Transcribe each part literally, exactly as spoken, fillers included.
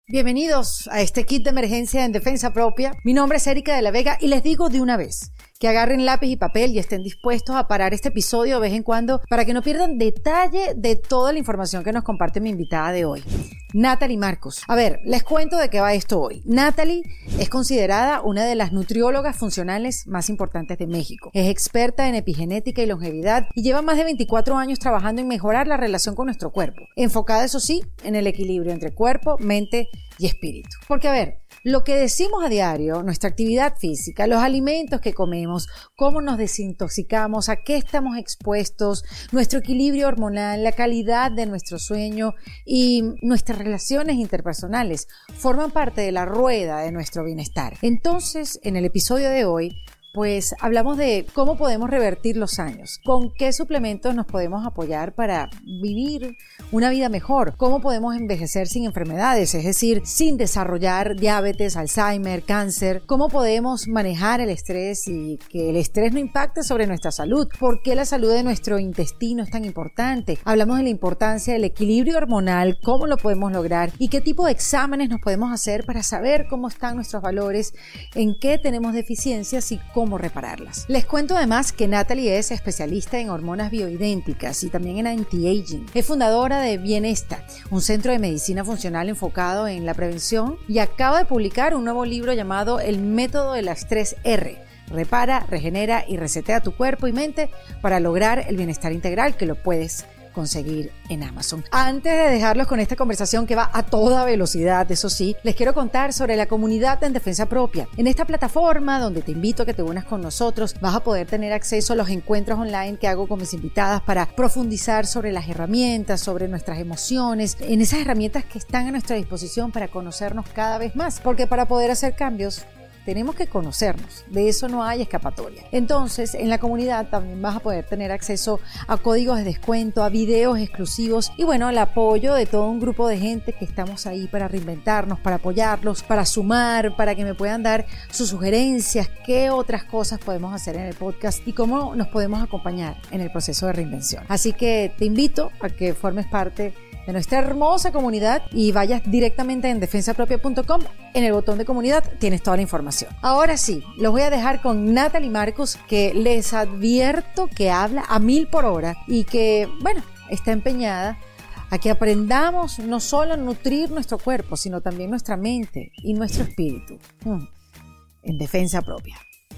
Bienvenidos a este kit de emergencia en defensa propia. Mi nombre es Erika de la Vega y les digo de una vez que agarren lápiz y papel y estén dispuestos a parar este episodio de vez en cuando para que no pierdan detalle de toda la información que nos comparte mi invitada de hoy, Natalie Marcus. A ver, les cuento de qué va esto hoy. Natalie es considerada una de las nutriólogas funcionales más importantes de México. Es experta en epigenética y longevidad y lleva más de veinticuatro años trabajando en mejorar la relación con nuestro cuerpo, enfocada, eso sí, en el equilibrio entre cuerpo, mente y espíritu. Porque, a ver, lo que decimos a diario, nuestra actividad física, los alimentos que comemos, cómo nos desintoxicamos, a qué estamos expuestos, nuestro equilibrio hormonal, la calidad de nuestro sueño y nuestras relaciones interpersonales forman parte de la rueda de nuestro bienestar. Entonces, en el episodio de hoy, pues hablamos de cómo podemos revertir los años, con qué suplementos nos podemos apoyar para vivir una vida mejor, cómo podemos envejecer sin enfermedades, es decir, sin desarrollar diabetes, Alzheimer, cáncer, cómo podemos manejar el estrés y que el estrés no impacte sobre nuestra salud, por qué la salud de nuestro intestino es tan importante. Hablamos de la importancia del equilibrio hormonal, cómo lo podemos lograr y qué tipo de exámenes nos podemos hacer para saber cómo están nuestros valores, en qué tenemos deficiencias y cómo cómo repararlas. Les cuento además que Natalie es especialista en hormonas bioidénticas y también en anti-aging. Es fundadora de Bienesta, un centro de medicina funcional enfocado en la prevención, y acaba de publicar un nuevo libro llamado El método de las tres R. Repara, regenera y resetea tu cuerpo y mente para lograr el bienestar integral, que lo puedes conseguir en Amazon. Antes de dejarlos con esta conversación que va a toda velocidad, eso sí, les quiero contar sobre la comunidad en defensa propia. En esta plataforma, donde te invito a que te unas con nosotros, vas a poder tener acceso a los encuentros online que hago con mis invitadas para profundizar sobre las herramientas, sobre nuestras emociones, en esas herramientas que están a nuestra disposición para conocernos cada vez más, porque para poder hacer cambios tenemos que conocernos, de eso no hay escapatoria. Entonces, en la comunidad también vas a poder tener acceso a códigos de descuento, a videos exclusivos y bueno, al apoyo de todo un grupo de gente que estamos ahí para reinventarnos, para apoyarlos, para sumar, para que me puedan dar sus sugerencias, qué otras cosas podemos hacer en el podcast y cómo nos podemos acompañar en el proceso de reinvención. Así que te invito a que formes parte de nuestra hermosa comunidad y vayas directamente en defensa propia punto com. En el botón de comunidad tienes toda la información. Ahora sí, los voy a dejar con Natalie Marcus, que les advierto que habla a mil por hora y que, bueno, está empeñada a que aprendamos no solo a nutrir nuestro cuerpo, sino también nuestra mente y nuestro espíritu. Hmm. En defensa propia.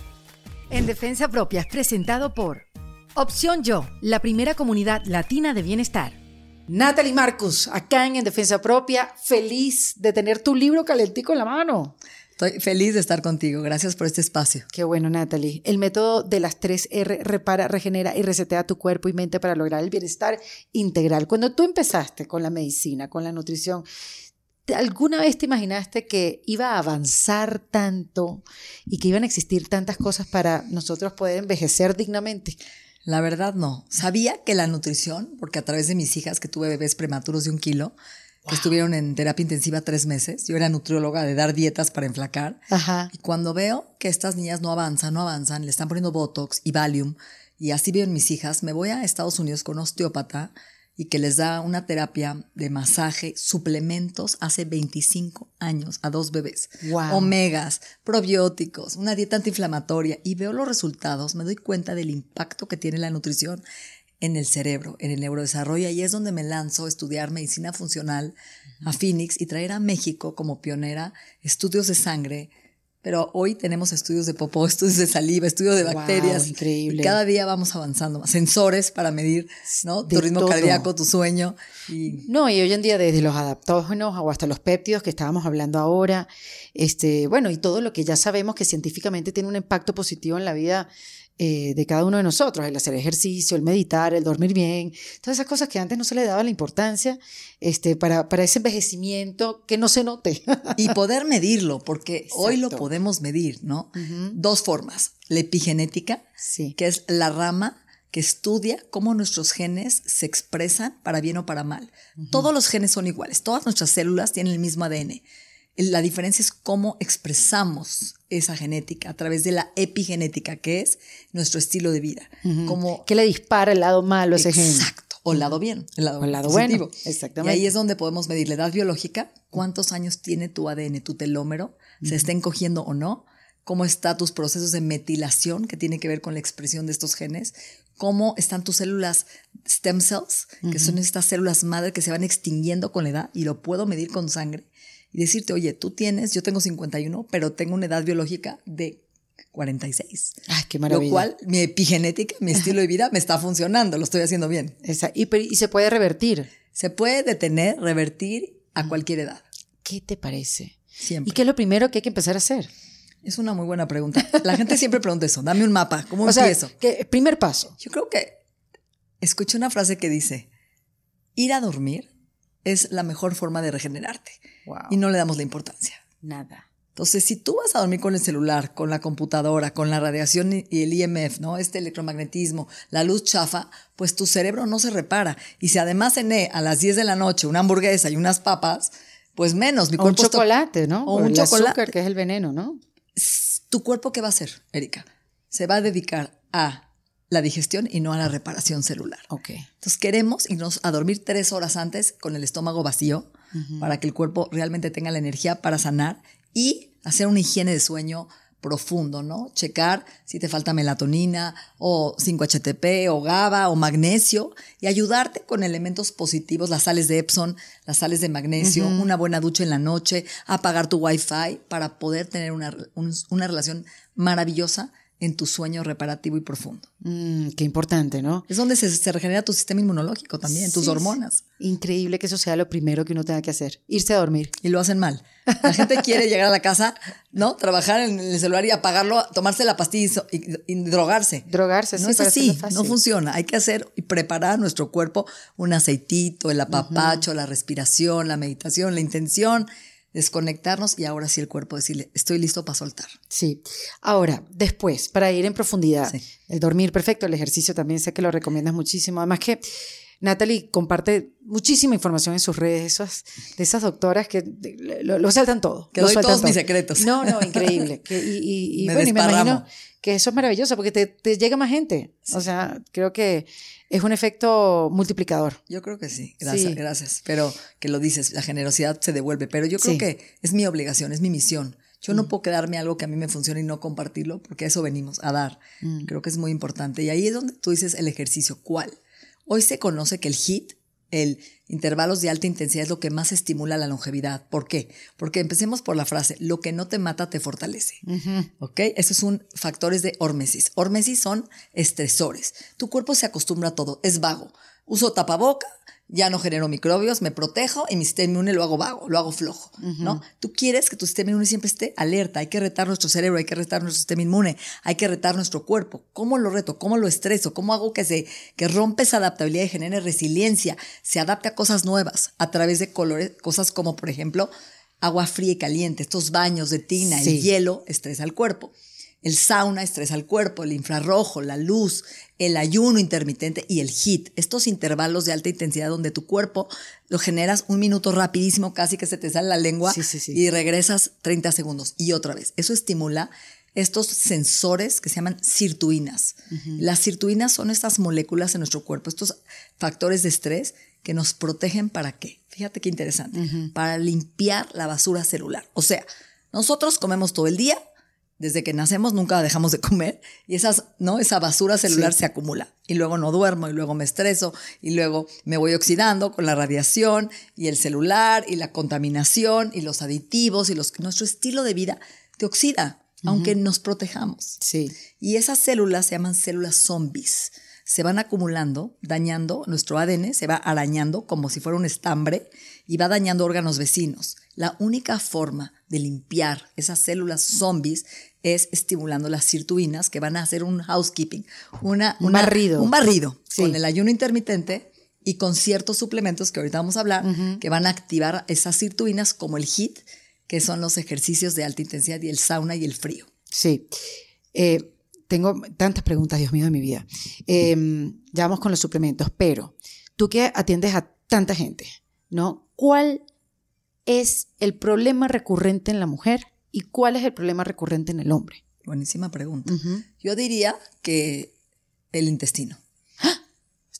En defensa propia es presentado por Opción Yo, la primera comunidad latina de bienestar. Natalie Marcus, acá en En Defensa Propia, feliz de tener tu libro calentico en la mano. Estoy feliz de estar contigo, gracias por este espacio. Qué bueno, Natalie. El método de las tres R: repara, regenera y resetea tu cuerpo y mente para lograr el bienestar integral. Cuando tú empezaste con la medicina, con la nutrición, ¿alguna vez te imaginaste que iba a avanzar tanto y que iban a existir tantas cosas para nosotros poder envejecer dignamente? La verdad no. Sabía que la nutrición, porque a través de mis hijas que tuve bebés prematuros de un kilo, wow, que estuvieron en terapia intensiva tres meses, yo era nutrióloga de dar dietas para enflacar. Ajá. Y cuando veo que estas niñas no avanzan, no avanzan, le están poniendo Botox y Valium, y así veo en mis hijas, me voy a Estados Unidos con un osteópata y que les da una terapia de masaje, suplementos hace veinticinco años a dos bebés. Wow. Omegas, probióticos, una dieta antiinflamatoria, y veo los resultados, me doy cuenta del impacto que tiene la nutrición en el cerebro, en el neurodesarrollo, y es donde me lanzo a estudiar medicina funcional uh-huh. a Phoenix y traer a México como pionera estudios de sangre. Pero hoy tenemos estudios de popó, estudios de saliva, estudios de bacterias. Wow, increíble. Y cada día vamos avanzando más. Sensores para medir, ¿no? Tu ritmo todo. Cardíaco, tu sueño. Y... No, y hoy en día desde los adaptógenos o hasta los péptidos que estábamos hablando ahora, este, bueno, y todo lo que ya sabemos que científicamente tiene un impacto positivo en la vida eh, de cada uno de nosotros, el hacer ejercicio, el meditar, el dormir bien, todas esas cosas que antes no se le daba la importancia este, para, para ese envejecimiento que no se note. Y poder medirlo, porque exacto. hoy lo podemos medir, ¿no? Uh-huh. Dos formas. La epigenética, sí. que es la rama que estudia cómo nuestros genes se expresan para bien o para mal. Uh-huh. Todos los genes son iguales, todas nuestras células tienen el mismo A D N. La diferencia es cómo expresamos esa genética a través de la epigenética, que es nuestro estilo de vida. Uh-huh. Como, ¿qué le dispara el lado malo a ese gen? Exacto. o el lado bien, el lado, o el lado positivo. bueno, exactamente. Y ahí es donde podemos medir la edad biológica, cuántos años tiene tu A D N, tu telómero, uh-huh. se está encogiendo o no, cómo están tus procesos de metilación, que tiene que ver con la expresión de estos genes, cómo están tus células stem cells, que uh-huh. son estas células madre que se van extinguiendo con la edad, y lo puedo medir con sangre y decirte, oye, tú tienes, yo tengo cincuenta y uno, pero tengo una edad biológica de cuarenta y seis. ¡Ay, qué maravilla! Lo cual, mi epigenética, mi estilo de vida me está funcionando, lo estoy haciendo bien. Esa, y, y se puede revertir. Se puede detener, revertir a cualquier edad. ¿Qué te parece? Siempre. ¿Y qué es lo primero que hay que empezar a hacer? Es una muy buena pregunta. La gente siempre pregunta eso. Dame un mapa. ¿Cómo o empiezo? Sea, ¿qué, primer paso. Yo creo que escuché una frase que dice, ir a dormir es la mejor forma de regenerarte. Wow. Y no le damos la importancia. Nada. Entonces, si tú vas a dormir con el celular, con la computadora, con la radiación y el I M F, ¿no? Este electromagnetismo, la luz chafa, pues tu cerebro no se repara. Y si además cené a las diez de la noche una hamburguesa y unas papas, pues menos. Mi o cuerpo un chocolate, ¿no? O Por un el chocolate. azúcar, que es el veneno, ¿no? ¿Tu cuerpo qué va a hacer, Erika? Se va a dedicar a la digestión y no a la reparación celular. Ok. Entonces queremos irnos a dormir tres horas antes con el estómago vacío uh-huh. para que el cuerpo realmente tenga la energía para sanar y hacer una higiene de sueño profundo, ¿no? Checar si te falta melatonina o cinco H T P o GABA o magnesio y ayudarte con elementos positivos, las sales de Epsom, las sales de magnesio, uh-huh. una buena ducha en la noche, apagar tu Wi-Fi para poder tener una, un, una relación maravillosa en tu sueño reparativo y profundo. Mm, qué importante, ¿no? Es donde se, se regenera tu sistema inmunológico también, sí, tus hormonas. Increíble que eso sea lo primero que uno tenga que hacer, irse a dormir. Y lo hacen mal. La gente quiere llegar a la casa, ¿no? Trabajar en el celular y apagarlo, tomarse la pastilla y, y, y drogarse. Drogarse, sí. No es así, no funciona. Hay que hacer y preparar nuestro cuerpo, un aceitito, el apapacho, uh-huh. la respiración, la meditación, la intención, desconectarnos y ahora sí el cuerpo decirle, estoy listo para soltar. Sí. Ahora, después, para ir en profundidad, sí. el dormir perfecto, el ejercicio también sé que lo recomiendas muchísimo. Además que Natalie comparte muchísima información en sus redes, esas, de esas doctoras que lo, lo saltan todo. Que lo doy todos todo. mis secretos. No, no, increíble. Que, y y, y me, bueno, y me imagino que eso es maravilloso porque te, te llega más gente. Sí. O sea, creo que es un efecto multiplicador. Yo creo que sí. Gracias, sí. gracias. Pero que lo dices, la generosidad se devuelve. Pero yo creo sí. que es mi obligación, es mi misión. Yo mm. no puedo quedarme algo que a mí me funcione y no compartirlo porque a eso venimos, a dar. Mm. Creo que es muy importante. Y ahí es donde tú dices el ejercicio. ¿Cuál? Hoy se conoce que el HIIT, el intervalos de alta intensidad, es lo que más estimula la longevidad. ¿Por qué? Porque empecemos por la frase, lo que no te mata te fortalece. Uh-huh. ¿Ok? Esos son factores de hormesis. Hormesis son estresores. Tu cuerpo se acostumbra a todo, es vago. Uso tapaboca, ya no genero microbios, me protejo y mi sistema inmune lo hago vago, lo hago flojo, uh-huh. ¿no? Tú quieres que tu sistema inmune siempre esté alerta, hay que retar nuestro cerebro, hay que retar nuestro sistema inmune, hay que retar nuestro cuerpo. ¿Cómo lo reto? ¿Cómo lo estreso? ¿Cómo hago que se que rompe esa adaptabilidad y genere resiliencia? Se adapte a cosas nuevas a través de colores, cosas como, por ejemplo, agua fría y caliente, estos baños de tina, sí. el hielo estresa al cuerpo. El sauna estresa al cuerpo, el infrarrojo, la luz, el ayuno intermitente y el HIIT. Estos intervalos de alta intensidad donde tu cuerpo lo generas un minuto rapidísimo, casi que se te sale la lengua sí, sí, sí. y regresas treinta segundos. Y otra vez, eso estimula estos sensores que se llaman sirtuinas. Uh-huh. Las sirtuinas son estas moléculas en nuestro cuerpo, estos factores de estrés que nos protegen ¿para qué? Fíjate qué interesante. Uh-huh. Para limpiar la basura celular. O sea, nosotros comemos todo el día, desde que nacemos nunca dejamos de comer y esas, ¿no? esa basura celular sí. se acumula y luego no duermo y luego me estreso y luego me voy oxidando con la radiación y el celular y la contaminación y los aditivos y los, nuestro estilo de vida te oxida, uh-huh. aunque nos protejamos. Sí. Y esas células se llaman células zombies. Se van acumulando, dañando nuestro A D N, se va arañando como si fuera un estambre y va dañando órganos vecinos. La única forma de limpiar esas células zombies es estimulando las sirtuinas que van a hacer un housekeeping, una, un una, barrido, un barrido sí. con el ayuno intermitente y con ciertos suplementos que ahorita vamos a hablar, uh-huh. que van a activar esas sirtuinas como el HIIT, que son los ejercicios de alta intensidad y el sauna y el frío. Sí. Eh, tengo tantas preguntas, Dios mío, de mi vida. Eh, ya vamos con los suplementos, pero tú que atiendes a tanta gente, ¿no? ¿Cuál es el problema recurrente en la mujer y cuál es el problema recurrente en el hombre? Buenísima pregunta. Uh-huh. Yo diría que el intestino.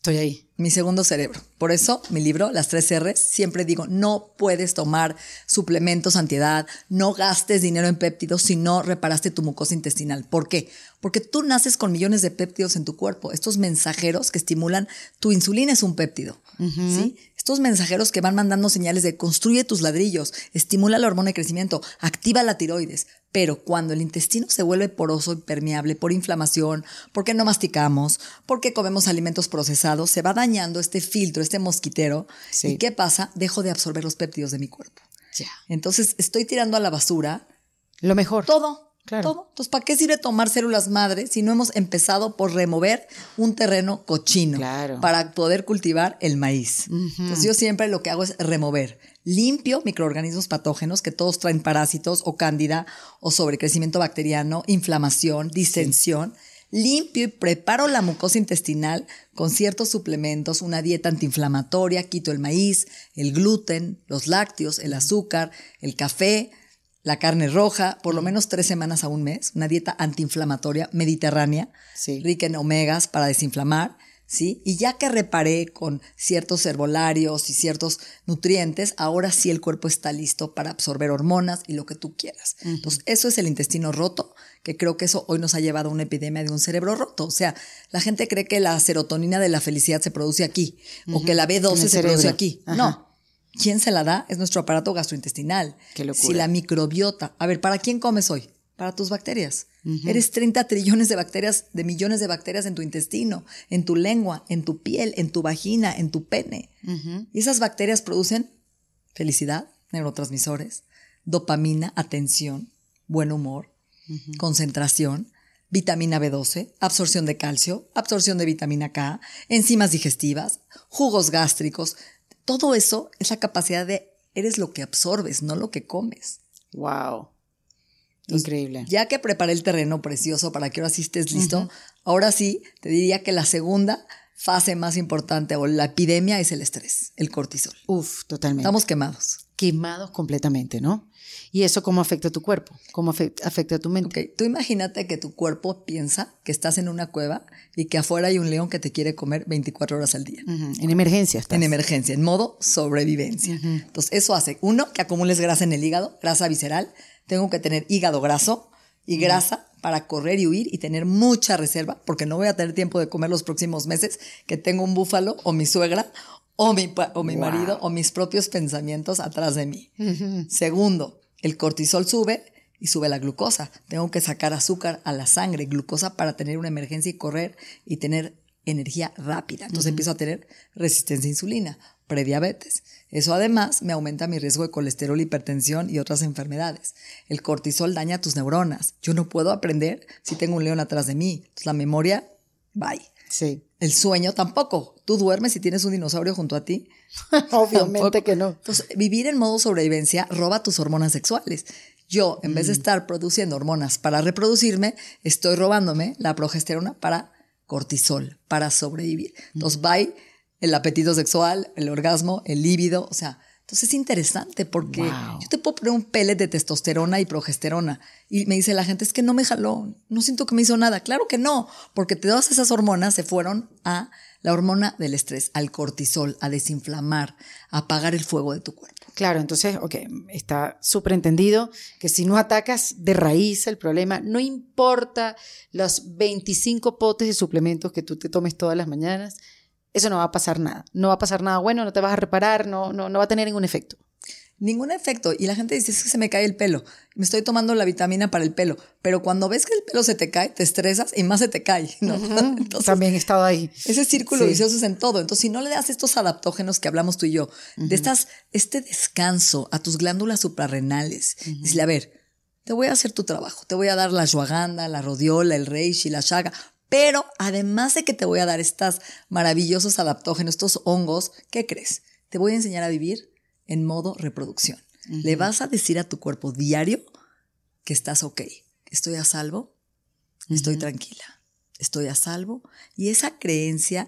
Estoy ahí. Mi segundo cerebro. Por eso, mi libro, Las tres R's, siempre digo, no puedes tomar suplementos antiedad, no gastes dinero en péptidos si no reparaste tu mucosa intestinal. ¿Por qué? Porque tú naces con millones de péptidos en tu cuerpo. Estos mensajeros que estimulan, tu insulina es un péptido, uh-huh. ¿sí? Estos mensajeros que van mandando señales de construye tus ladrillos, estimula la hormona de crecimiento, activa la tiroides. Pero cuando el intestino se vuelve poroso y permeable por inflamación, porque no masticamos, porque comemos alimentos procesados, se va dañando este filtro, este mosquitero. Sí. ¿Y qué pasa? Dejo de absorber los péptidos de mi cuerpo. Ya. Entonces estoy tirando a la basura. Lo mejor. Todo. Claro. Todo. Entonces, ¿para qué sirve tomar células madre si no hemos empezado por remover un terreno cochino? Claro. Para poder cultivar el maíz. Uh-huh. Entonces, yo siempre lo que hago es remover. Limpio microorganismos patógenos que todos traen parásitos o cándida o sobrecrecimiento bacteriano, inflamación, distensión. Sí. Limpio y preparo la mucosa intestinal con ciertos suplementos, una dieta antiinflamatoria, quito el maíz, el gluten, los lácteos, el azúcar, el café, la carne roja, por lo menos tres semanas a un mes, una dieta antiinflamatoria mediterránea, sí. rica en omegas para desinflamar, ¿sí? Y ya que reparé con ciertos herbolarios y ciertos nutrientes, ahora sí el cuerpo está listo para absorber hormonas y lo que tú quieras. Uh-huh. Entonces, eso es el intestino roto, que creo que eso hoy nos ha llevado a una epidemia de un cerebro roto. O sea, la gente cree que la serotonina de la felicidad se produce aquí, uh-huh. o que la B doce se cerebro. produce aquí. Ajá. No. ¿Quién se la da? Es nuestro aparato gastrointestinal. Qué locura. Si la microbiota... A ver, ¿para quién comes hoy? Para tus bacterias. Uh-huh. Eres treinta trillones de bacterias, de millones de bacterias en tu intestino, en tu lengua, en tu piel, en tu vagina, en tu pene. Uh-huh. Y esas bacterias producen felicidad, neurotransmisores, dopamina, atención, buen humor, uh-huh. concentración, vitamina B doce, absorción de calcio, absorción de vitamina K, enzimas digestivas, jugos gástricos. Todo eso es la capacidad de, eres lo que absorbes, no lo que comes. Wow. Increíble. Entonces, ya que preparé el terreno precioso para que ahora sí estés listo, uh-huh. ahora sí te diría que la segunda fase más importante o la epidemia es el estrés, el cortisol. Uf, totalmente. Estamos quemados. Quemados completamente, ¿no? ¿Y eso cómo afecta a tu cuerpo? ¿Cómo afecta, afecta a tu mente? Okay. Tú imagínate que tu cuerpo piensa que estás en una cueva y que afuera hay un león que te quiere comer veinticuatro horas al día. Uh-huh. En emergencia estás. En emergencia, en modo sobrevivencia. Uh-huh. Entonces, eso hace, uno, que acumules grasa en el hígado, grasa visceral. Tengo que tener hígado graso y uh-huh. grasa para correr y huir y tener mucha reserva, porque no voy a tener tiempo de comer los próximos meses, que tengo un búfalo o mi suegra o mi, o mi wow. marido o mis propios pensamientos atrás de mí. Uh-huh. Segundo, el cortisol sube y sube la glucosa. Tengo que sacar azúcar a la sangre, glucosa para tener una emergencia y correr y tener energía rápida. Entonces uh-huh. empiezo a tener resistencia a insulina, prediabetes. Eso además me aumenta mi riesgo de colesterol, hipertensión y otras enfermedades. El cortisol daña tus neuronas. Yo no puedo aprender si tengo un león atrás de mí. Entonces la memoria, bye. Sí. El sueño tampoco. Tú duermes si tienes un dinosaurio junto a ti. Obviamente tampoco. que no. Entonces, vivir en modo sobrevivencia roba tus hormonas sexuales. Yo, en mm. vez de estar produciendo hormonas para reproducirme, estoy robándome la progesterona para cortisol, para sobrevivir. Entonces, mm. bye el apetito sexual, el orgasmo, el líbido. O sea, entonces es interesante porque wow. yo te puedo poner un pellet de testosterona y progesterona y me dice la gente, es que no me jaló, no siento que me hizo nada. Claro que no, porque todas esas hormonas se fueron a la hormona del estrés, al cortisol, a desinflamar, a apagar el fuego de tu cuerpo. Claro, entonces, ok, está súper entendido que si no atacas de raíz el problema, no importa los veinticinco potes de suplementos que tú te tomes todas las mañanas, eso no va a pasar nada. No va a pasar nada bueno, no te vas a reparar, no, no, no va a tener ningún efecto. Ningún efecto. Y la gente dice, es que se me cae el pelo. Me estoy tomando la vitamina para el pelo. Pero cuando ves que el pelo se te cae, te estresas y más se te cae, ¿no? Uh-huh. Entonces, también he estado ahí. Ese círculo sí. vicioso es en todo. Entonces, si no le das estos adaptógenos que hablamos tú y yo, uh-huh. de estas, este descanso a tus glándulas suprarrenales, uh-huh. decirle, a ver, te voy a hacer tu trabajo. Te voy a dar la ashwagandha, la rodiola, el reishi, la chaga. Pero además de que te voy a dar estos maravillosos adaptógenos, estos hongos, ¿qué crees? Te voy a enseñar a vivir en modo reproducción. Uh-huh. Le vas a decir a tu cuerpo diario que estás ok. Estoy a salvo, uh-huh. estoy tranquila, estoy a salvo. Y esa creencia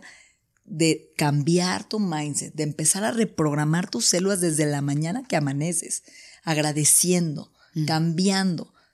de cambiar tu mindset, de empezar a reprogramar tus células desde la mañana que amaneces, agradeciendo, uh-huh. cambiando,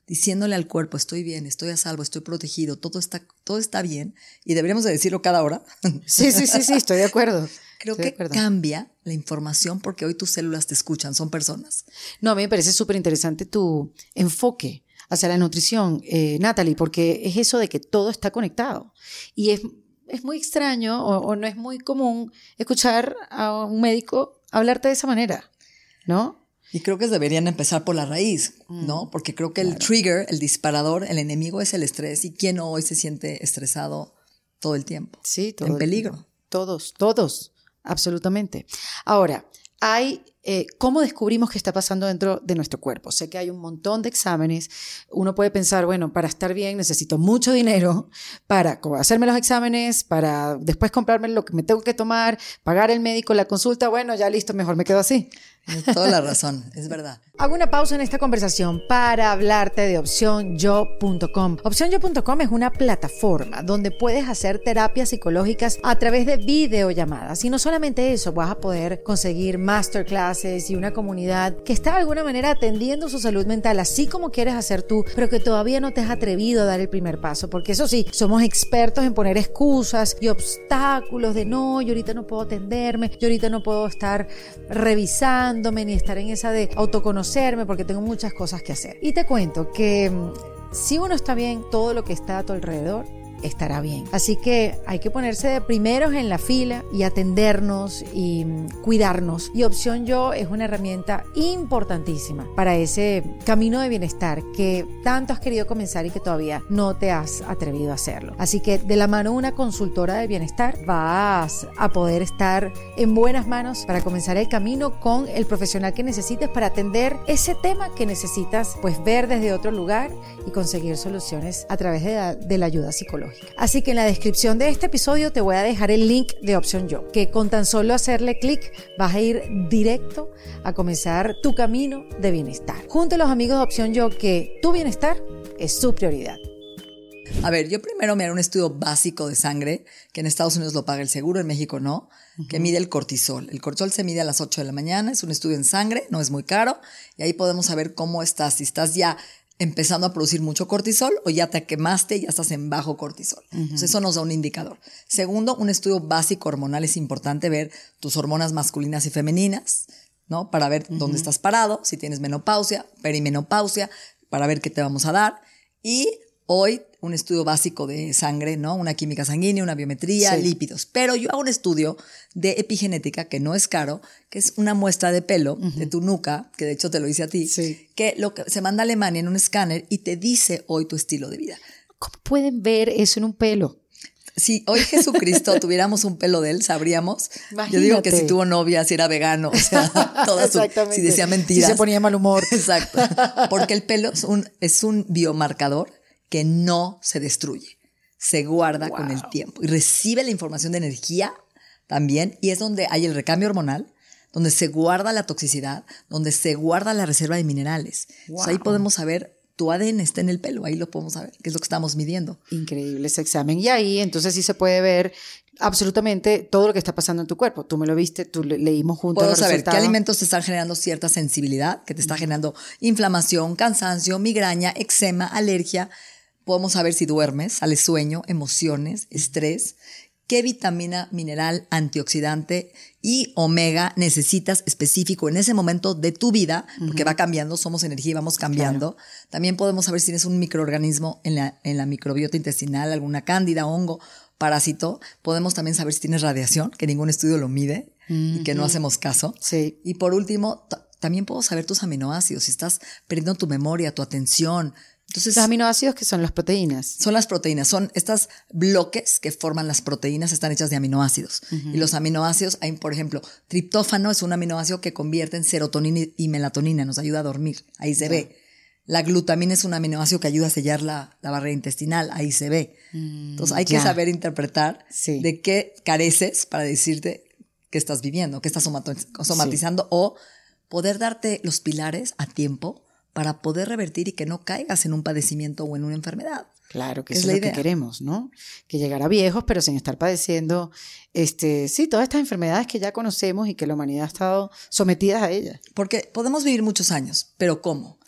diciéndole al cuerpo, estoy bien, estoy a salvo, estoy protegido, todo está, todo está bien, y deberíamos de decirlo cada hora. Sí, sí, sí, sí, estoy de acuerdo. Creo estoy que de acuerdo. cambia la información porque hoy tus células te escuchan, son personas. No, a mí me parece súper interesante tu enfoque hacia la nutrición, eh, Natalie, porque es eso de que todo está conectado. Y es, es muy extraño o, o no es muy común escuchar a un médico hablarte de esa manera, ¿no? Y creo que deberían empezar por la raíz, ¿no? Porque creo que claro. el trigger, el disparador, el enemigo es el estrés. ¿Y quién hoy se siente estresado todo el tiempo? Sí, todo en peligro. Tiempo. Todos, todos, absolutamente. Ahora, hay... Eh, ¿Cómo descubrimos qué está pasando dentro de nuestro cuerpo? Sé que hay un montón de exámenes. Uno puede pensar, bueno, para estar bien necesito mucho dinero para hacerme los exámenes, para después comprarme lo que me tengo que tomar, pagar el médico, la consulta. Bueno, ya listo, mejor me quedo así. Tienes toda la razón, es verdad. Hago una pausa en esta conversación para hablarte de opción yo punto com. opción yo punto com es una plataforma donde puedes hacer terapias psicológicas a través de videollamadas. Y no solamente eso, vas a poder conseguir masterclass y una comunidad que está de alguna manera atendiendo su salud mental, así como quieres hacer tú, pero que todavía no te has atrevido a dar el primer paso, porque eso sí, somos expertos en poner excusas y obstáculos de no, yo ahorita no puedo atenderme, yo ahorita no puedo estar revisándome, ni estar en esa de autoconocerme, porque tengo muchas cosas que hacer. Y te cuento que si uno está bien, todo lo que está a tu alrededor estará bien. Así que hay que ponerse de primeros en la fila y atendernos y cuidarnos. Y Opción Yo es una herramienta importantísima para ese camino de bienestar que tanto has querido comenzar y que todavía no te has atrevido a hacerlo. Así que de la mano de una consultora de bienestar vas a poder estar en buenas manos para comenzar el camino con el profesional que necesites para atender ese tema que necesitas pues ver desde otro lugar y conseguir soluciones a través de la, de la ayuda psicológica. Así que en la descripción de este episodio te voy a dejar el link de Opción Yo, que con tan solo hacerle clic vas a ir directo a comenzar tu camino de bienestar. Junto a los amigos de Opción Yo, que tu bienestar es su prioridad. A ver, yo primero me haré un estudio básico de sangre, que en Estados Unidos lo paga el seguro, en México no, uh-huh. que mide el cortisol. El cortisol se mide a las ocho de la mañana, es un estudio en sangre, no es muy caro, y ahí podemos saber cómo estás, si estás ya empezando a producir mucho cortisol o ya te quemaste y ya estás en bajo cortisol. Uh-huh. Entonces eso nos da un indicador. Segundo, un estudio básico hormonal. Es importante ver tus hormonas masculinas y femeninas, ¿no? Para ver uh-huh. dónde estás parado, si tienes menopausia, perimenopausia, para ver qué te vamos a dar. Y hoy un estudio básico de sangre, ¿no? Una química sanguínea, una biometría, sí. lípidos. Pero yo hago un estudio de epigenética que no es caro, que es una muestra de pelo uh-huh. de tu nuca, que de hecho te lo hice a ti, sí. que, lo que se manda a Alemania en un escáner y te dice hoy tu estilo de vida. ¿Cómo pueden ver eso en un pelo? Si hoy Jesucristo tuviéramos un pelo de él, sabríamos. Imagínate. Yo digo que si tuvo novia, si era vegano, o sea, toda su, si decía mentiras. Si se ponía mal humor. Exacto. Porque el pelo es un, es un biomarcador que no se destruye, se guarda wow. con el tiempo y recibe la información de energía también, y es donde hay el recambio hormonal, donde se guarda la toxicidad, donde se guarda la reserva de minerales. Wow. Entonces, ahí podemos saber, tu A D N está en el pelo, ahí lo podemos saber, que es lo que estamos midiendo. Increíble ese examen. Y ahí entonces sí se puede ver absolutamente todo lo que está pasando en tu cuerpo. Tú me lo viste, tú le, leímos juntos Puedo los saber resultados. qué alimentos te están generando cierta sensibilidad, que te está generando inflamación, cansancio, migraña, eczema, alergia. Podemos saber si duermes, sale sueño, emociones, estrés, qué vitamina, mineral, antioxidante y omega necesitas específico en ese momento de tu vida, porque uh-huh. va cambiando, somos energía y vamos cambiando. Claro. También podemos saber si tienes un microorganismo en la, en la microbiota intestinal, alguna cándida, hongo, parásito. Podemos también saber si tienes radiación, que ningún estudio lo mide uh-huh. y que no hacemos caso. Sí. Y por último, t- también puedo saber tus aminoácidos, si estás perdiendo tu memoria, tu atención. Entonces, los aminoácidos, que son las proteínas. Son las proteínas, son estos bloques que forman las proteínas, están hechas de aminoácidos. Uh-huh. Y los aminoácidos, hay, por ejemplo, triptófano es un aminoácido que convierte en serotonina y melatonina, nos ayuda a dormir, ahí se yeah. ve. La glutamina es un aminoácido que ayuda a sellar la, la barrera intestinal, ahí se ve. Mm, Entonces hay yeah. que saber interpretar sí. de qué careces para decirte qué estás viviendo, qué estás somatizando sí. o poder darte los pilares a tiempo para poder revertir y que no caigas en un padecimiento o en una enfermedad. Claro, que eso es, es lo idea. Que queremos, ¿no? Que llegar a viejos, pero sin estar padeciendo, este, sí, todas estas enfermedades que ya conocemos y que la humanidad ha estado sometida a ellas. Porque podemos vivir muchos años, pero ¿cómo?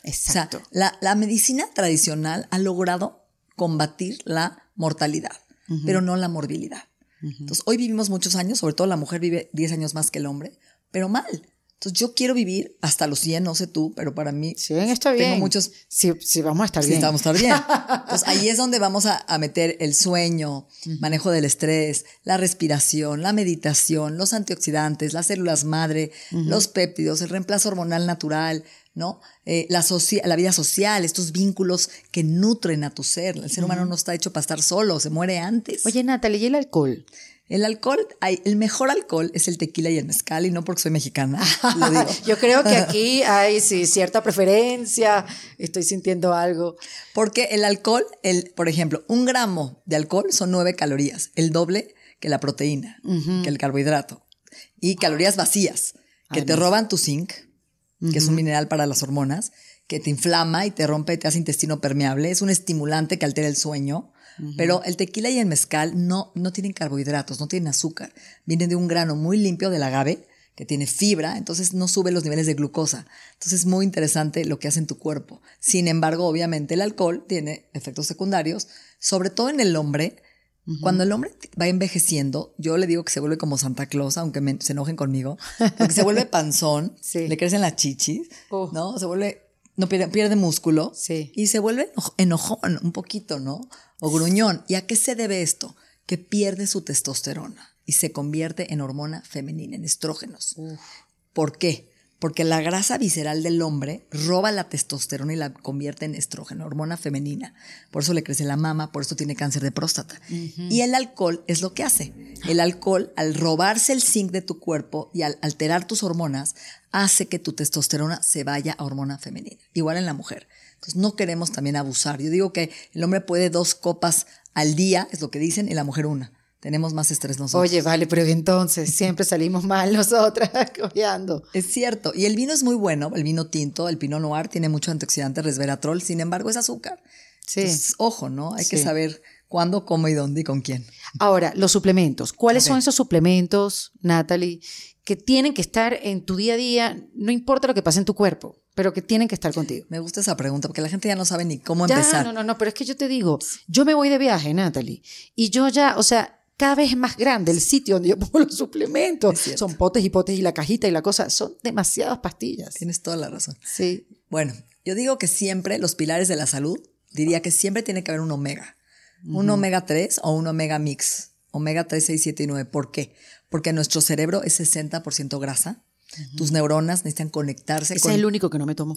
Exacto. O sea, la, la medicina tradicional ha logrado combatir la mortalidad, uh-huh. pero no la morbilidad. Uh-huh. Entonces, hoy vivimos muchos años, sobre todo la mujer vive diez años más que el hombre, pero mal. Entonces, yo quiero vivir hasta los cien, no sé tú, pero para mí cien está bien. Tengo muchos... Sí, sí vamos a estar sí, bien. Sí, vamos a estar bien. Entonces, ahí es donde vamos a, a meter el sueño, uh-huh. manejo del estrés, la respiración, la meditación, los antioxidantes, las células madre, uh-huh. los péptidos, el reemplazo hormonal natural, ¿no? Eh, la, socia- la vida social, estos vínculos que nutren a tu ser. El ser uh-huh. humano no está hecho para estar solo, se muere antes. Oye, Natalie, ¿y el alcohol? El alcohol, hay, el mejor alcohol es el tequila y el mezcal, y no porque soy mexicana, lo digo. Yo creo que aquí hay sí, cierta preferencia, estoy sintiendo algo. Porque el alcohol, el, por ejemplo, un gramo de alcohol son nueve calorías, el doble que la proteína, uh-huh. que el carbohidrato. Y calorías vacías, que Ay, te no. roban tu zinc, uh-huh. que es un mineral para las hormonas, que te inflama y te rompe, te hace intestino permeable, es un estimulante que altera el sueño. Uh-huh. Pero el tequila y el mezcal no, no tienen carbohidratos, no tienen azúcar. Vienen de un grano muy limpio del agave, que tiene fibra, entonces no sube los niveles de glucosa. Entonces es muy interesante lo que hace en tu cuerpo. Sin embargo, obviamente el alcohol tiene efectos secundarios, sobre todo en el hombre. Uh-huh. Cuando el hombre va envejeciendo, yo le digo que se vuelve como Santa Claus, aunque me, se enojen conmigo, porque se vuelve panzón, sí. le crecen las chichis, uh. ¿no? Se vuelve... No pierde, pierde músculo sí. y se vuelve enojón un poquito, ¿no? O gruñón. ¿Y a qué se debe esto? Que pierde su testosterona y se convierte en hormona femenina, en estrógenos. Uf. ¿Por qué? Porque la grasa visceral del hombre roba la testosterona y la convierte en estrógeno, hormona femenina. Por eso le crece la mama, por eso tiene cáncer de próstata. Uh-huh. Y el alcohol es lo que hace. El alcohol, al robarse el zinc de tu cuerpo y al alterar tus hormonas, hace que tu testosterona se vaya a hormona femenina. Igual en la mujer. Entonces no queremos también abusar. Yo digo que el hombre puede dos copas al día, es lo que dicen, y la mujer una. Tenemos más estrés nosotros. Oye, vale, pero entonces siempre salimos mal nosotras cojeando. Es cierto. Y el vino es muy bueno, el vino tinto, el Pinot Noir tiene mucho antioxidante, resveratrol, sin embargo es azúcar. Sí. Entonces, ojo, ¿no? Hay sí. que saber cuándo, cómo y dónde y con quién. Ahora, los suplementos. ¿Cuáles okay. son esos suplementos, Natalie, que tienen que estar en tu día a día, no importa lo que pase en tu cuerpo, pero que tienen que estar contigo? Me gusta esa pregunta porque la gente ya no sabe ni cómo ya, empezar. No, no, no, pero es que yo te digo, yo me voy de viaje, Natalie, y yo ya, o sea, cada vez es más grande el sitio donde yo pongo los suplementos. Son potes y potes y la cajita y la cosa, son demasiadas pastillas. Tienes toda la razón. Sí. Bueno, yo digo que siempre los pilares de la salud, diría que siempre tiene que haber un omega. Uh-huh. Un omega tres o un omega mix. Omega tres, seis, siete y nueve. ¿Por qué? Porque nuestro cerebro es sesenta por ciento grasa. Uh-huh. Tus neuronas necesitan conectarse. Ese con... es el único que no me tomo.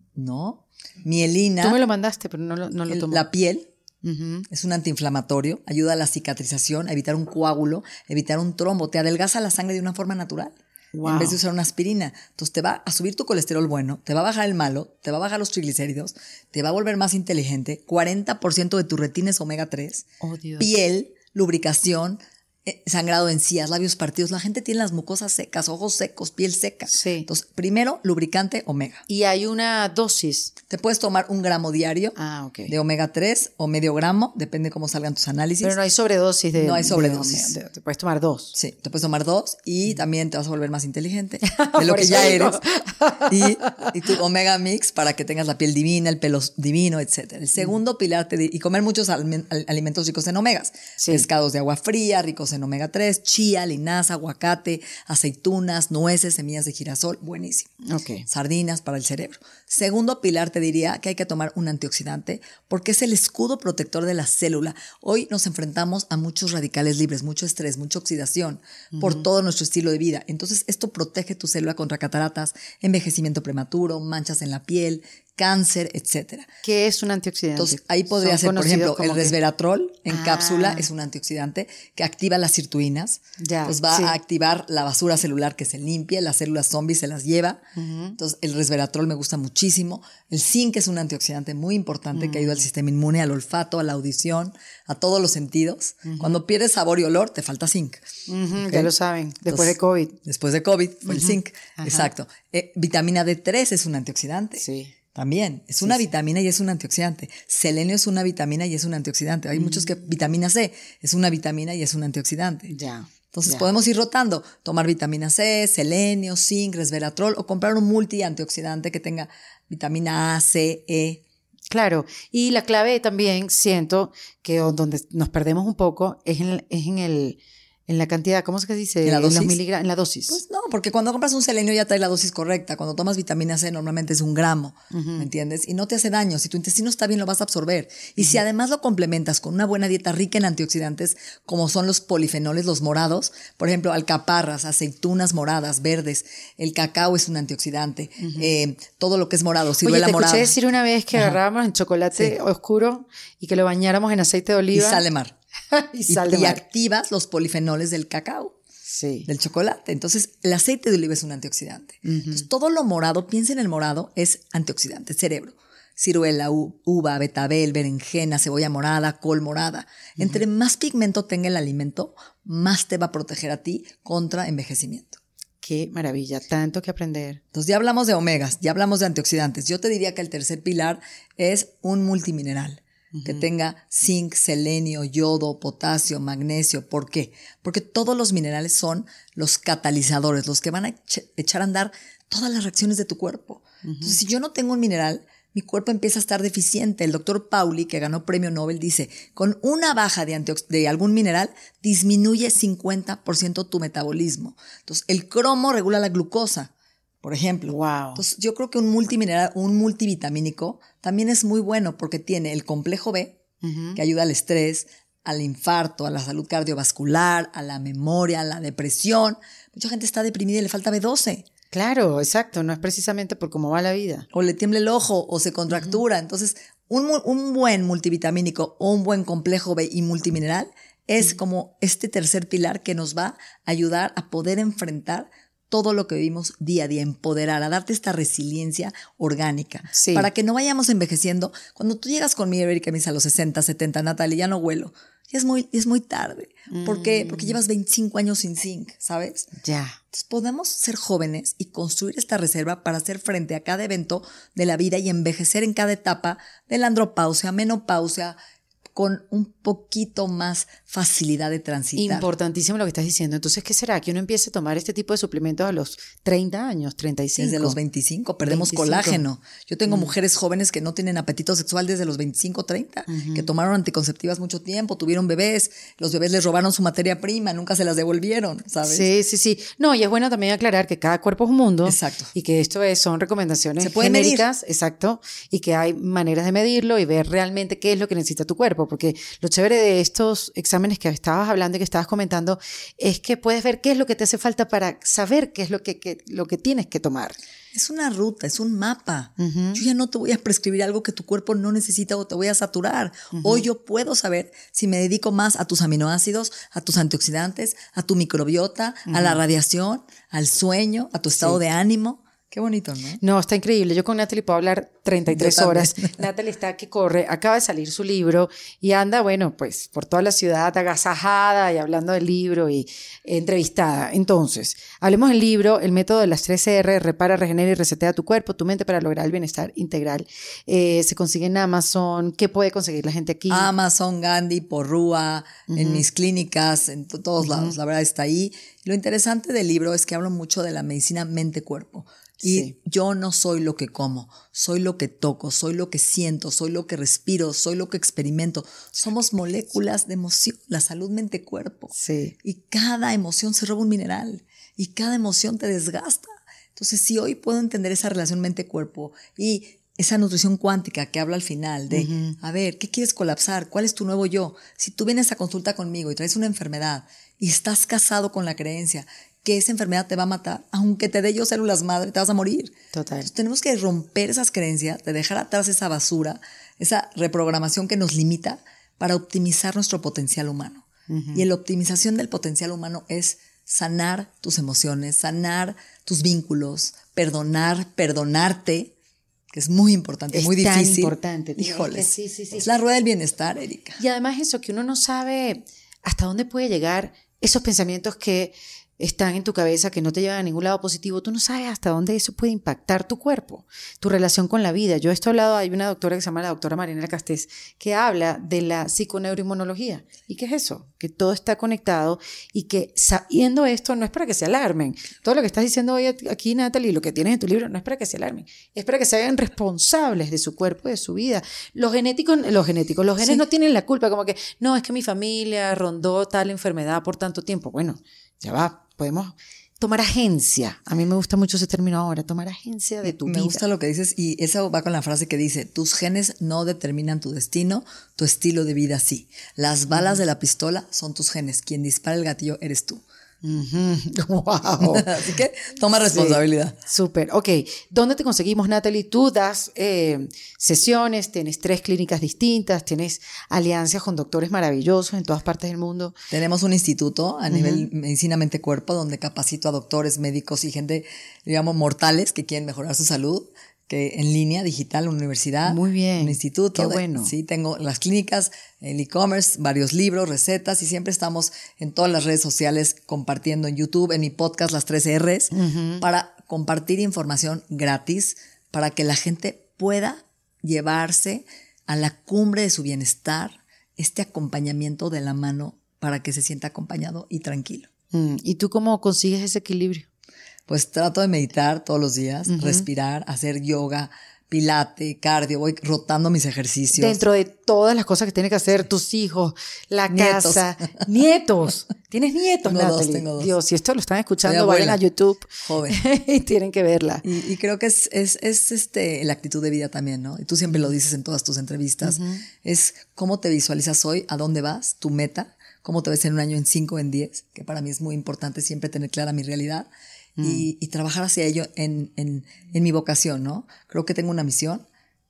No. Mielina. Tú me lo mandaste, pero no lo, no lo el, tomo. La piel. Uh-huh. Es un antiinflamatorio, ayuda a la cicatrización, a evitar un coágulo, evitar un trombo, te adelgaza la sangre de una forma natural. Wow. En vez de usar una aspirina. Entonces te va a subir tu colesterol bueno, te va a bajar el malo, te va a bajar los triglicéridos, te va a volver más inteligente. cuarenta por ciento de tu retina es omega tres. Oh, Dios. Piel, lubricación, eh, sangrado de encías, labios partidos. La gente tiene las mucosas secas, ojos secos, piel seca. Sí. Entonces, primero, lubricante omega. Y hay una dosis. Te puedes tomar un gramo diario ah, okay. de omega tres o medio gramo, depende cómo salgan tus análisis. Pero no hay sobredosis de... No hay sobredosis. De, de, te puedes tomar dos. Sí, te puedes tomar dos y también te vas a volver más inteligente de lo que ya eres. Y, y tu omega mix para que tengas la piel divina, el pelo divino, etcétera. El segundo mm. pilar, te di- y comer muchos al- alimentos ricos en omegas. Sí. Pescados de agua fría, ricos en omega tres, chía, linaza, aguacate, aceitunas, nueces, semillas de girasol, buenísimo. Okay. Sardinas para el cerebro. Segundo pilar, te diría que hay que tomar un antioxidante porque es el escudo protector de la célula. Hoy nos enfrentamos a muchos radicales libres, mucho estrés, mucha oxidación uh-huh. por todo nuestro estilo de vida. Entonces, esto protege tu célula contra cataratas, envejecimiento prematuro, manchas en la piel, cáncer, etcétera. ¿Qué es un antioxidante? Entonces, ahí podría ser, por ejemplo, el resveratrol en ah. cápsula es un antioxidante que activa las sirtuinas. Ya, Entonces, va sí. a activar la basura celular que se limpia, las células zombies se las lleva. Uh-huh. Entonces, el resveratrol me gusta muchísimo. El zinc es un antioxidante muy importante uh-huh. que ayuda al sistema inmune, al olfato, a la audición, a todos los sentidos. Uh-huh. Cuando pierdes sabor y olor, te falta zinc. Uh-huh. ¿Okay? Ya lo saben, después Entonces, de COVID. Después de COVID fue uh-huh. el zinc. Ajá. Exacto. Eh, vitamina D tres es un antioxidante. Sí. También, es una sí, vitamina sí. y es un antioxidante. Selenio es una vitamina y es un antioxidante. Hay mm. muchos que vitamina C es una vitamina y es un antioxidante. Ya. Entonces ya. podemos ir rotando, tomar vitamina C, selenio, zinc, resveratrol o comprar un multi antioxidante que tenga vitamina A, C, E. Claro, y la clave también siento que donde nos perdemos un poco es en, es en el... En la cantidad, ¿cómo es que se dice? ¿En la dosis? En los miligramos, en la dosis. Pues no, porque cuando compras un selenio ya trae la dosis correcta. Cuando tomas vitamina C normalmente es un gramo, uh-huh. ¿me entiendes? Y no te hace daño. Si tu intestino está bien, lo vas a absorber. Y uh-huh. si además lo complementas con una buena dieta rica en antioxidantes, como son los polifenoles, los morados, por ejemplo, alcaparras, aceitunas moradas, verdes, el cacao es un antioxidante, uh-huh. eh, todo lo que es morado, ciruela Oye, te morada. escuché decir una vez que Ajá. agarrábamos el chocolate sí. oscuro y que lo bañáramos en aceite de oliva. Y sal de mar. y sal de y, mar. y activas los polifenoles del cacao. Sí. Del chocolate. Entonces, el aceite de oliva es un antioxidante. Uh-huh. Entonces, todo lo morado, piensa en el morado, es antioxidante, cerebro. Ciruela, u- uva, betabel, berenjena, cebolla morada, col morada. Uh-huh. Entre más pigmento tenga el alimento, más te va a proteger a ti contra envejecimiento. Qué maravilla, tanto que aprender. Entonces, ya hablamos de omegas, ya hablamos de antioxidantes. Yo te diría que el tercer pilar es un multimineral. Uh-huh. Que tenga zinc, selenio, yodo, potasio, magnesio. ¿Por qué? Porque todos los minerales son los catalizadores, los que van a ech- echar a andar todas las reacciones de tu cuerpo. Uh-huh. Entonces, si yo no tengo un mineral, mi cuerpo empieza a estar deficiente. El doctor Pauli, que ganó premio Nobel, dice, con una baja de, antiox- de algún mineral, disminuye cincuenta por ciento tu metabolismo. Entonces, el cromo regula la glucosa. Por ejemplo, wow. Entonces yo creo que un multimineral, un multivitamínico también es muy bueno porque tiene el complejo B, uh-huh. que ayuda al estrés, al infarto, a la salud cardiovascular, a la memoria, a la depresión. Mucha gente está deprimida y le falta B doce. Claro, exacto, no es precisamente por cómo va la vida. O le tiembla el ojo o se contractura. Uh-huh. Entonces, un, un buen multivitamínico o un buen complejo B y multimineral es uh-huh. como este tercer pilar que nos va a ayudar a poder enfrentar todo lo que vivimos día a día, empoderar, a darte esta resiliencia orgánica, sí. para que no vayamos envejeciendo. Cuando tú llegas conmigo, Erika, me dice a los sesenta, setenta, Natalia, ya no huelo. Ya es muy, es muy tarde. Mm. ¿Por qué? Porque llevas veinticinco años sin zinc, ¿sabes? Ya. Entonces podemos ser jóvenes y construir esta reserva para hacer frente a cada evento de la vida y envejecer en cada etapa de la andropausia, menopausia, con un poquito más facilidad de transitar. Importantísimo lo que estás diciendo. Entonces, ¿qué será? Que uno empiece a tomar este tipo de suplementos a los treinta años, treinta y cinco. Desde los veinticinco, perdemos veinticinco. Colágeno. Yo tengo mm. mujeres jóvenes que no tienen apetito sexual desde los veinticinco, treinta, uh-huh. que tomaron anticonceptivas mucho tiempo, tuvieron bebés, los bebés les robaron su materia prima, nunca se las devolvieron, ¿sabes? Sí, sí, sí. No, y es bueno también aclarar que cada cuerpo es un mundo. Exacto. Y que esto es, son recomendaciones se puede genéricas, medir. Exacto, y que hay maneras de medirlo y ver realmente qué es lo que necesita tu cuerpo, porque lo chévere de estos exámenes que estabas hablando y que estabas comentando es que puedes ver qué es lo que te hace falta para saber qué es lo que, que, lo que tienes que tomar. Es una ruta, es un mapa. Uh-huh. Yo ya no te voy a prescribir algo que tu cuerpo no necesita o te voy a saturar. Uh-huh. Hoy yo puedo saber si me dedico más a tus aminoácidos, a tus antioxidantes, a tu microbiota, uh-huh. a la radiación, al sueño, a tu estado sí. de ánimo. Qué bonito, ¿no? No, está increíble. Yo con Natalie puedo hablar treinta y tres horas. Natalie está que corre, acaba de salir su libro y anda, bueno, pues por toda la ciudad agasajada y hablando del libro y entrevistada. Entonces, hablemos del libro, el método de las tres R, repara, regenera y resetea tu cuerpo, tu mente para lograr el bienestar integral. Eh, se consigue en Amazon. ¿Qué puede conseguir la gente aquí? Amazon, Gandhi, Porrúa, uh-huh. en mis clínicas, en to- todos uh-huh. lados. La verdad está ahí. Y lo interesante del libro es que hablo mucho de la medicina mente-cuerpo. Y sí. yo no soy lo que como, soy lo que toco, soy lo que siento, soy lo que respiro, soy lo que experimento. Somos moléculas de emoción, la salud mente-cuerpo. Sí. Y cada emoción se roba un mineral y cada emoción te desgasta. Entonces, si hoy puedo entender esa relación mente-cuerpo y esa nutrición cuántica que habla al final de, uh-huh. a ver, ¿qué quieres colapsar? ¿Cuál es tu nuevo yo? Si tú vienes a consulta conmigo y traes una enfermedad y estás casado con la creencia que esa enfermedad te va a matar, aunque te dé yo células madre, te vas a morir. Total. Entonces, tenemos que romper esas creencias, de dejar atrás esa basura, esa reprogramación que nos limita para optimizar nuestro potencial humano. Uh-huh. Y la optimización del potencial humano es sanar tus emociones, sanar tus vínculos, perdonar, perdonarte, que es muy importante, es muy difícil. Es tan importante. Híjoles, sí, sí, sí. es la rueda del bienestar, Erika. Y además eso, que uno no sabe hasta dónde puede llegar esos pensamientos que están en tu cabeza que no te llevan a ningún lado positivo, tú no sabes hasta dónde eso puede impactar tu cuerpo, tu relación con la vida. Yo esto he hablado, hay una doctora que se llama la doctora Mariana Castés, que habla de la psiconeuroinmunología. ¿Y qué es eso? Que todo está conectado y que sabiendo esto no es para que se alarmen. Todo lo que estás diciendo hoy aquí, Natalie, lo que tienes en tu libro, no es para que se alarmen, es para que se hagan responsables de su cuerpo y de su vida. Los genéticos, los genéticos, los genes sí. no tienen la culpa, como que, no, es que mi familia rondó tal enfermedad por tanto tiempo. Bueno, ya va, podemos tomar agencia. A mí me gusta mucho ese término ahora, tomar agencia de tu me vida. Me gusta lo que dices y eso va con la frase que dice, tus genes no determinan tu destino, tu estilo de vida sí. Las balas uh-huh. de la pistola son tus genes, quien dispara el gatillo eres tú. Uh-huh. Wow. Así que toma responsabilidad. Sí, súper. Ok, ¿dónde te conseguimos, Natalie? Tú das eh, sesiones, tienes tres clínicas distintas, tienes alianzas con doctores maravillosos en todas partes del mundo. Tenemos un instituto a uh-huh. nivel medicina mente-cuerpo donde capacito a doctores, médicos y gente, digamos, mortales que quieren mejorar su salud. Que en línea, digital, una universidad, muy bien, un instituto. Qué bueno. De, sí, tengo las clínicas, el e-commerce, varios libros, recetas y siempre estamos en todas las redes sociales compartiendo en YouTube, en mi podcast Las tres R's, uh-huh. para compartir información gratis para que la gente pueda llevarse a la cumbre de su bienestar este acompañamiento de la mano para que se sienta acompañado y tranquilo. Mm, ¿y tú cómo consigues ese equilibrio? Pues trato de meditar todos los días, uh-huh. respirar, hacer yoga, pilate, cardio, voy rotando mis ejercicios. Dentro de todas las cosas que tienen que hacer tus hijos, la nietos. casa, nietos. ¿Tienes nietos, tengo Natalie? Dos, tengo dos. Dios, si esto lo están escuchando, vayan a YouTube. Joven. Y tienen que verla. Y, y creo que es, es, es este, la actitud de vida también, ¿no? Y tú siempre lo dices en todas tus entrevistas. Uh-huh. Es cómo te visualizas hoy, a dónde vas, tu meta, cómo te ves en un año, en cinco, en diez, que para mí es muy importante siempre tener clara mi realidad. Y, y trabajar hacia ello en, en, en mi vocación, ¿no? Creo que tengo una misión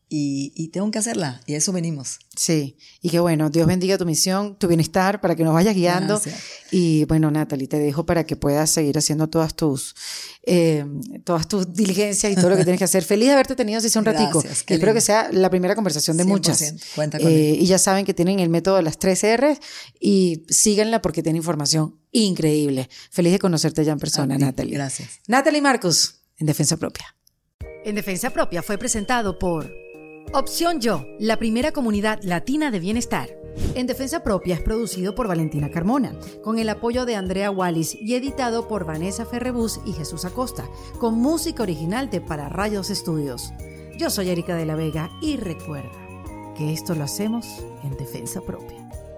y, y tengo que hacerla y a eso venimos. Sí, y que bueno, Dios bendiga tu misión, tu bienestar, para que nos vayas guiando. Gracias. Y bueno, Natalie, te dejo para que puedas seguir haciendo todas tus eh, todas tus diligencias y todo lo que tienes que hacer. Feliz de haberte tenido así un ratico. Gracias, Espero lindo. que sea la primera conversación de cien por muchas. ciento. Cuenta con eh, y ya saben que tienen el método de las tres R's y síganla porque tiene información increíble. Feliz de conocerte ya en persona, Natalie. Gracias. Natalie Marcus, en Defensa Propia. En Defensa Propia fue presentado por Opción Yo, la primera comunidad latina de bienestar. En Defensa Propia es producido por Valentina Carmona, con el apoyo de Andrea Wallis y editado por Vanessa Ferrebus y Jesús Acosta, con música original de Para Rayos Estudios. Yo soy Erika de la Vega y recuerda que esto lo hacemos en Defensa Propia.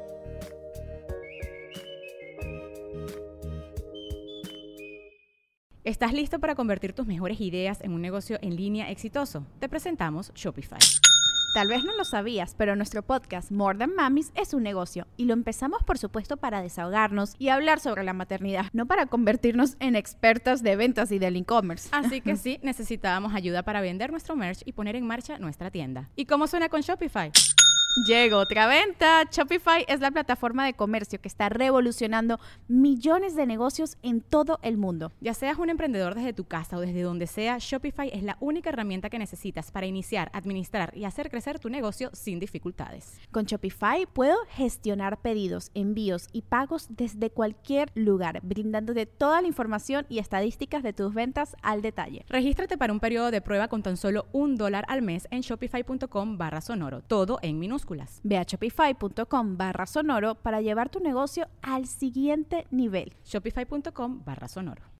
¿Estás listo para convertir tus mejores ideas en un negocio en línea exitoso? Te presentamos Shopify. Tal vez no lo sabías, pero nuestro podcast More Than Mamis es un negocio y lo empezamos por supuesto para desahogarnos y hablar sobre la maternidad, no para convertirnos en expertas de ventas y del e-commerce. Así que sí, necesitábamos ayuda para vender nuestro merch y poner en marcha nuestra tienda. ¿Y cómo suena con Shopify? Llegó otra venta. Shopify es la plataforma de comercio que está revolucionando millones de negocios en todo el mundo. Ya seas un emprendedor desde tu casa o desde donde sea, Shopify es la única herramienta que necesitas para iniciar, administrar y hacer crecer tu negocio sin dificultades. Con Shopify puedo gestionar pedidos, envíos y pagos desde cualquier lugar, brindándote toda la información y estadísticas de tus ventas al detalle. Regístrate para un periodo de prueba con tan solo un dólar al mes en shopify.com barra sonoro, todo en minúsculas. Ve a shopify.com barra sonoro para llevar tu negocio al siguiente nivel. Shopify.com barra sonoro.